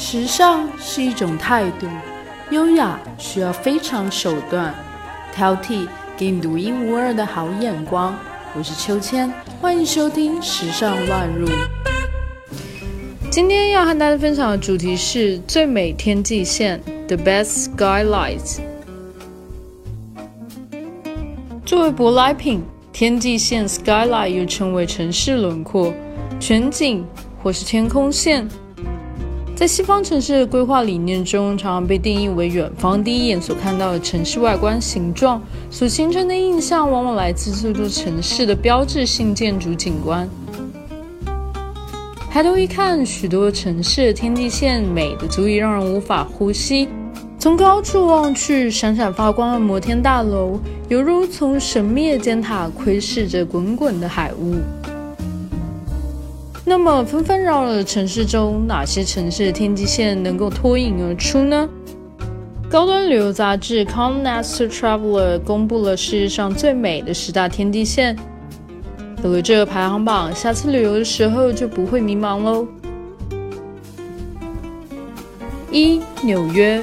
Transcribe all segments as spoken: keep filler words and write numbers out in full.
时尚是一种态度，优雅需要非常手段，挑剔给你独一无二的好眼光。我是秋千，欢迎收听时尚乱入。今天要和大家分享的主题是最美天际线 The Best Skylights。 作为舶来品，天际线 Skylight 又称为城市轮廓、全景或是天空线，在西方城市的规划理念中，常常被定义为远方第一眼所看到的城市外观形状，所形成的印象往往来自这座城市的标志性建筑景观。抬头一看，许多城市的天际线美得足以让人无法呼吸。从高处望去，闪闪发光的摩天大楼，犹如从神秘的尖塔窥视着滚滚的海雾。那么纷纷扰扰的城市中，哪些城市的天际线能够脱颖而出呢？高端旅游杂志 Condé Traveler 公布了世界上最美的十大天际线。有了这个排行榜，下次旅游的时候就不会迷茫咯。一、纽约。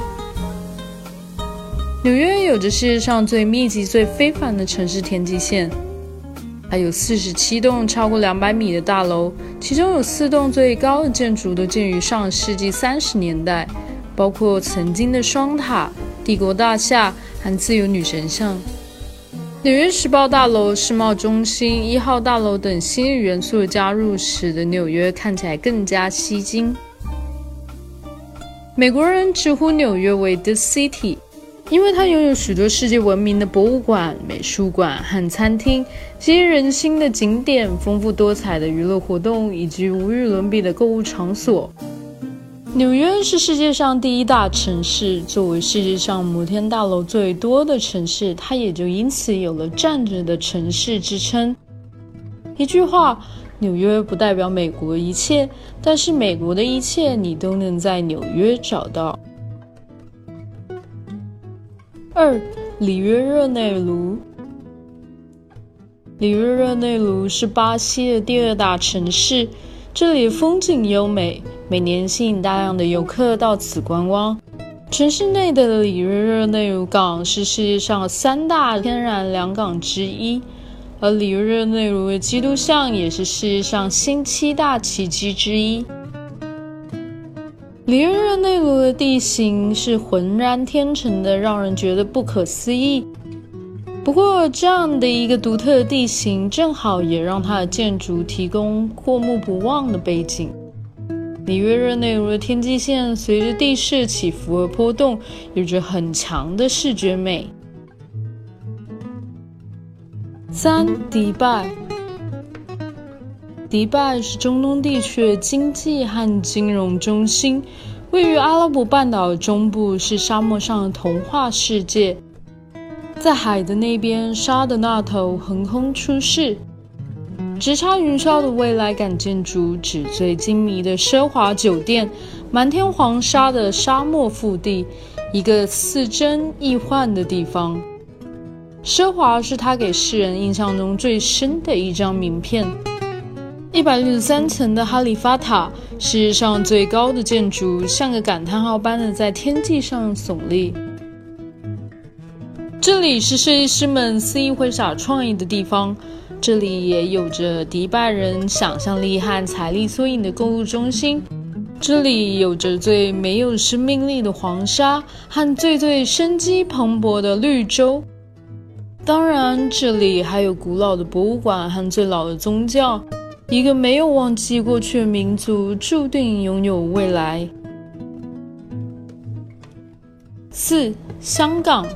纽约有着世界上最密集、最非凡的城市天际线。它有四十七栋超过两百米的大楼，其中有四栋最高的建筑都建于上世纪三十年代，包括曾经的双塔、帝国大厦和自由女神像。纽约时报大楼、世贸中心、一号大楼等新的元素的加入，使得纽约看起来更加吸睛。美国人直呼纽约为 The City， 因为它拥有许多世界闻名的博物馆、美术馆和餐厅，吸引人心的景点、丰富多彩的娱乐活动以及无与伦比的购物场所。纽约是世界上第一大城市，作为世界上摩天大楼最多的城市，它也就因此有了站着的城市之称。一句话，纽约不代表美国一切，但是美国的一切你都能在纽约找到。二、里约热内卢。里约热内卢是巴西的第二大城市，这里风景优美，每年吸引大量的游客到此观光。城市内的里约热内卢港是世界上三大天然良港之一，而里约热内卢的基督像也是世界上新七大奇迹之一。里约热内卢的地形是浑然天成的，让人觉得不可思议。不过，这样的一个独特的地形，正好也让它的建筑提供过目不忘的背景。里约热内卢的天际线随着地势起伏而波动，有着很强的视觉美。三、迪拜。迪拜是中东地区的经济和金融中心，位于阿拉伯半岛的中部，是沙漠上的童话世界。在海的那边，沙的那头横空出世，直插云霄的未来感建筑，纸醉金迷的奢华酒店，满天黄沙的沙漠腹地，一个似真亦幻的地方。奢华是它给世人印象中最深的一张名片。一百六十三层的哈利法塔，世界上最高的建筑，像个感叹号般的在天际上耸立。这里是设计师们肆意挥洒创意的地方，这里也有着迪拜人想象力和财力缩影的购物中心，这里有着最没有生命力的黄沙和最最生机蓬勃的绿洲。当然，这里还有古老的博物馆和最老的宗教。一个没有忘记过去的民族，注定拥有未来。四、香港。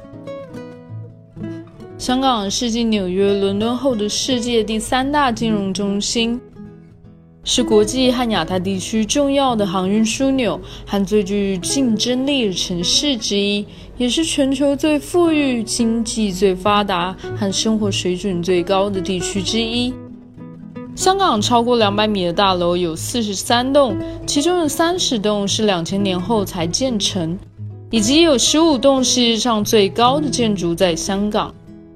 香港是继纽约、伦敦后的世界第三大金融中心，是国际和亚太地区重要的航运枢纽和最具竞争力的城市之一，也是全球最富裕、经济最发达和生活水准最高的地区之一。香港超过两百米的大楼有四十三栋，其中有三十栋是两千年后才建成，以及有十五栋世界上最高的建筑在香港。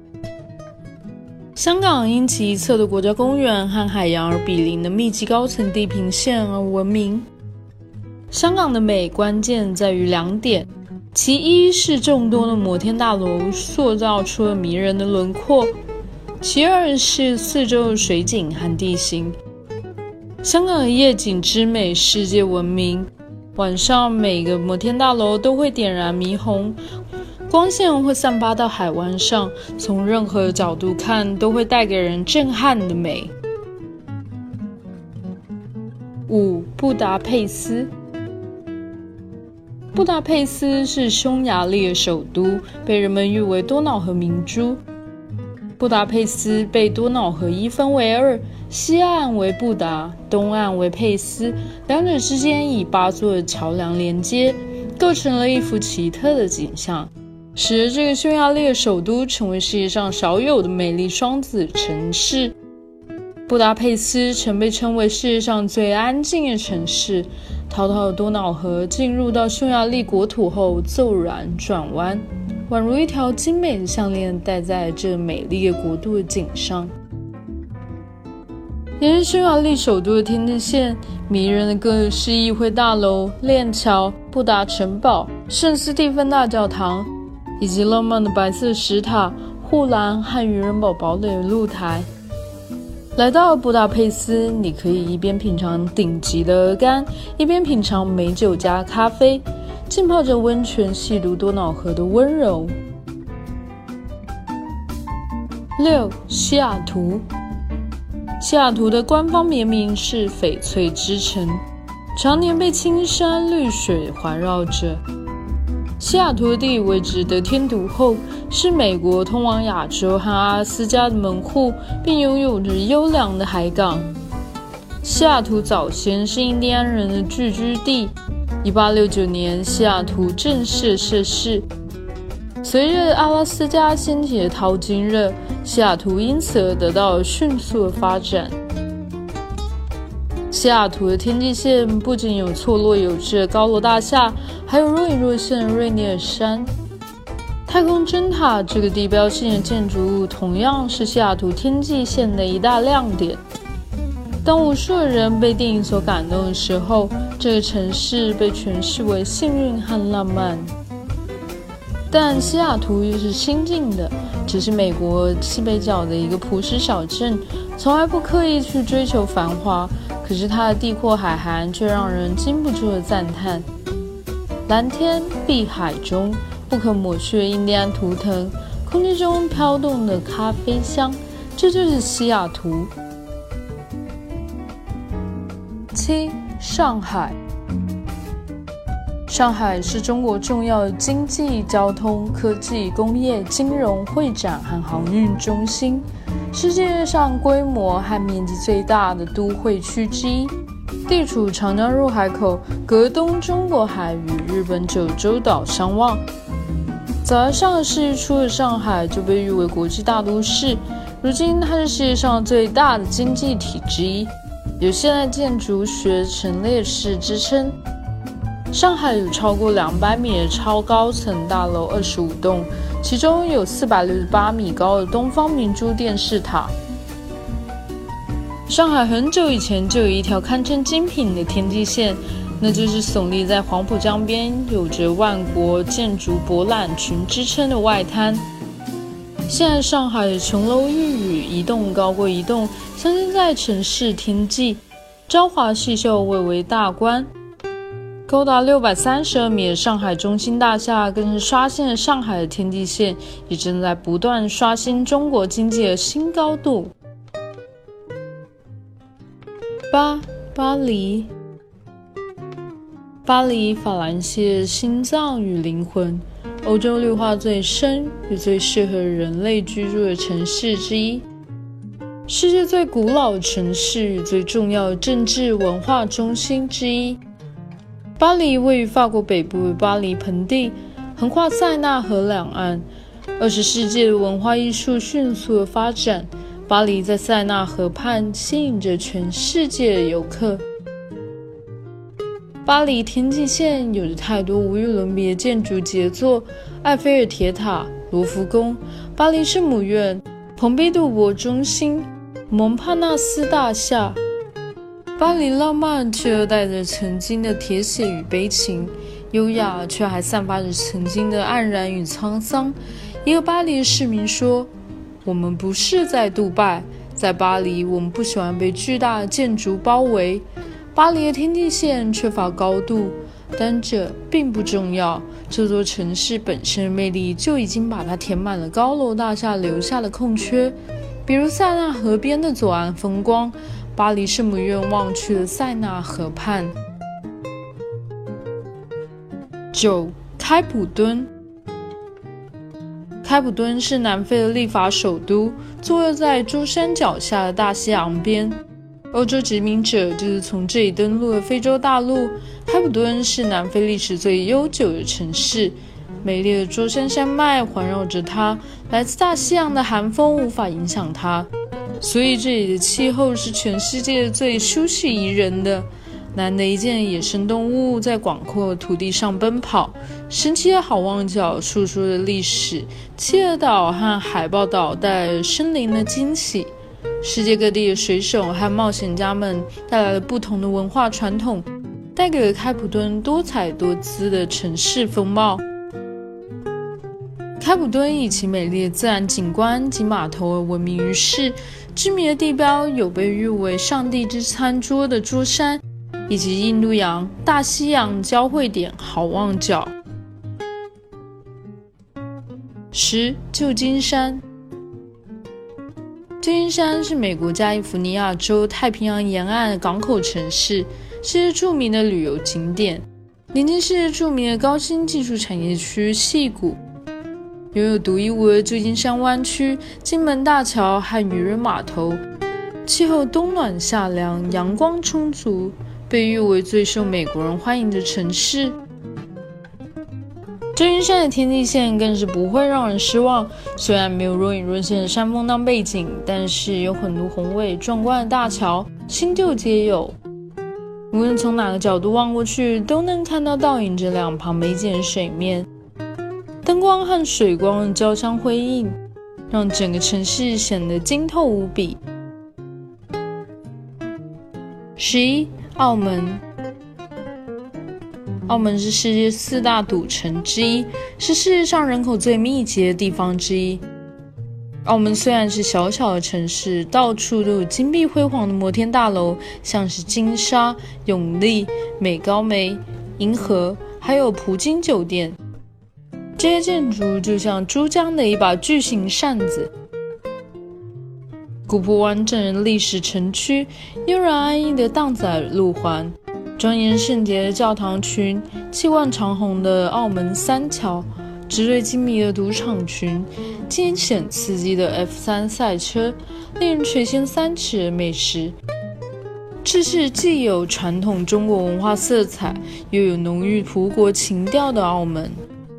香港因其一侧的国家公园和海洋而比邻的密集高层地平线而闻名。 香港的美关键在于两点，其一是众多的摩天大楼塑造出了迷人的轮廓，其二是四周的水景和地形。香港的夜景之美世界闻名，晚上每个摩天大楼都会点燃霓虹，光线会散发到海湾上，从任何角度看都会带给人震撼的美。五、布达佩斯。布达佩斯是匈牙利的首都，被人们誉为多瑙河明珠。布达佩斯被多瑙河一分为二，西岸为布达，东岸为佩斯，两者之间以八座桥梁连接，构成了一幅奇特的景象，使得这个匈牙利的首都成为世界上少有的美丽双子城市。布达佩斯曾被称为世界上最安静的城市，滔滔的多瑙河进入到匈牙利国土后骤然转弯，宛如一条精美的项链戴在这美丽的国度的颈上。沿着匈牙利首都的天际线，迷人的各式议会大楼、链桥、布达城堡、圣斯蒂芬大教堂，以及浪漫的白色石塔、护栏和渔人堡堡垒的露台。来到布达佩斯，你可以一边品尝顶级的鹅肝，一边品尝美酒加咖啡，浸泡着温泉，细读多瑙河的温柔。六、西雅图。西雅图的官方别名是翡翠之城，常年被青山绿水环绕着。西雅图的地理位置得天独厚，是美国通往亚洲和阿拉斯加的门户，并拥有着优良的海港。西雅图早先是印第安人的聚居地，一八六九年西雅图正式设市。随着阿拉斯加掀起的淘金热，西雅图因此而得到了迅速的发展。西雅图的天际线不仅有错落有致的高楼大厦，还有若隐若现的瑞涅尔山。太空针塔这个地标性的建筑物同样是西雅图天际线的一大亮点。当无数的人被电影所感动的时候，这个城市被诠释为幸运和浪漫。但西雅图又是清静的，只是美国西北角的一个朴实小镇，从来不刻意去追求繁华，可是它的地阔海涵却让人禁不住的赞叹。蓝天碧海中不可抹去的印第安图腾，空气中飘动的咖啡香，这就是西雅图。七、上海。上海是中国重要的经济、交通、科技、工业、金融、会展和航运中心，是世界上规模和面积最大的都会区之一。地处长江入海口，隔东中国海与日本九州岛相望。早在上个世纪初的上海就被誉为国际大都市，如今它是世界上最大的经济体之一，有现代建筑学陈列室之称。上海有超过两百米的超高层大楼二十五栋，其中有四百六十八米高的东方明珠电视塔。上海很久以前就有一条堪称精品的天际线，那就是耸立在黄浦江边，有着万国建筑博览群之称的外滩。现在上海的琼楼玉宇，一栋高过一栋，镶嵌在城市天际，朝华夕秀，蔚为大观。高达六百三十二米的上海中心大厦更是刷新了上海的天际线，也正在不断刷新中国经济的新高度。八、巴黎。巴黎，法兰西的心脏与灵魂，欧洲绿化最深也最适合人类居住的城市之一，世界最古老的城市与最重要的政治文化中心之一。巴黎位于法国北部的巴黎盆地，横跨塞纳河两岸。二十世纪的文化艺术迅速的发展，巴黎在塞纳河畔吸引着全世界的游客。巴黎天际线有着太多无与伦比的建筑杰作，埃菲尔铁塔、罗浮宫、巴黎圣母院、蓬皮杜博中心、蒙帕纳斯大厦。 巴黎浪漫却又带着曾经的铁血与悲情，优雅却还散发着曾经的黯然与沧桑。一个巴黎的市民说，我们不是在杜拜，在巴黎我们不喜欢被巨大的建筑包围。巴黎的天际线缺乏高度，但这并不重要，这座城市本身的魅力就已经把它填满了高楼大厦留下的空缺，比如塞纳河边的左岸风光，巴黎圣母院望去的塞纳河畔。九、开普敦。开普敦是南非的立法首都，坐落在舟山脚下的大西洋边。欧洲殖民者就是从这里登陆了非洲大陆。开普敦是南非历史最悠久的城市，美丽的舟山山脉环绕着它，来自大西洋的寒风无法影响它，所以这里的气候是全世界最舒适宜人的。难得一见的野生动物在广阔的土地上奔跑，神奇的好望角诉说着历史，企鹅岛和海豹岛带来了森林的惊喜。世界各地的水手和冒险家们带来了不同的文化传统，带给了开普敦多彩多姿的城市风貌。开普敦以其美丽的自然景观及码头而闻名于世，知名的地标有被誉为上帝之餐桌的桌山，以及印度洋、大西洋交汇点好望角。十、旧金山。旧金山是美国加利福尼亚州太平洋沿岸的港口城市，是著名的旅游景点，邻近是著名的高新技术产业区矽谷，拥有独一无二的旧金山湾区、金门大桥和渔人码头，气候冬暖夏凉，阳光充足，被誉为最受美国人欢迎的城市。旧金山的天际线更是不会让人失望，虽然没有若隐若现的山峰当背景，但是有很多宏伟壮观的大桥，新旧皆有。无论从哪个角度望过去，都能看到倒影着两旁美景的水面，灯光和水光交相辉映，让整个城市显得晶透无比。十一、澳门。澳门是世界四大赌城之一，是世界上人口最密集的地方之一。澳门虽然是小小的城市，到处都有金碧辉煌的摩天大楼，像是金沙、永利、美高梅、银河，还有葡京酒店。这些建筑就像珠江的一把巨型扇子。古朴完整的历史城区，悠然安逸的荡仔路环，庄严圣洁的教堂群，气贯长虹的澳门三桥，纸醉金迷的赌场群，惊险刺激的 F 三 赛车，令人垂涎三尺的美食。这是既有传统中国文化色彩，又有浓郁葡国情调的澳门。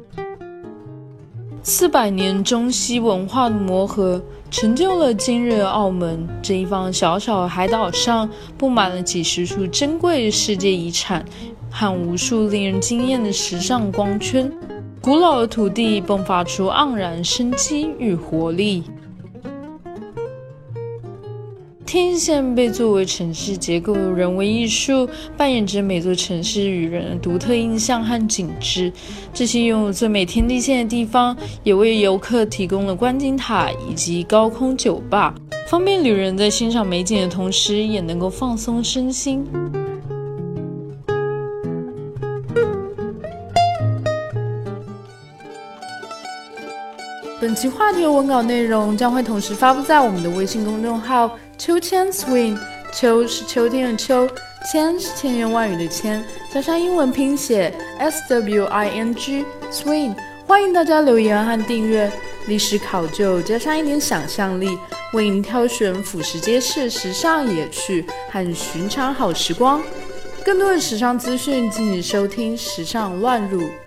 四百年中西文化的磨合，成就了今日的澳门。这一方小小的海岛上，布满了几十处珍贵的世界遗产和无数令人惊艳的时尚光圈。古老的土地迸发出盎然生机与活力。天际线被作为城市结构的人为艺术，扮演着每座城市与人的独特印象和景致。这些拥有最美天际线的地方，也为游客提供了观景塔以及高空酒吧，方便旅人在欣赏美景的同时，也能够放松身心。本期话题的文稿内容将会同时发布在我们的微信公众号秋千 swing， 秋是秋天的秋，千是千言万语的千，加上英文拼写 S W I N G swing。 欢迎大家留言和订阅。历史考究加上一点想象力，为您挑选俯拾皆是的时尚野趣和寻常好时光。更多的时尚资讯，敬请收听时尚乱入。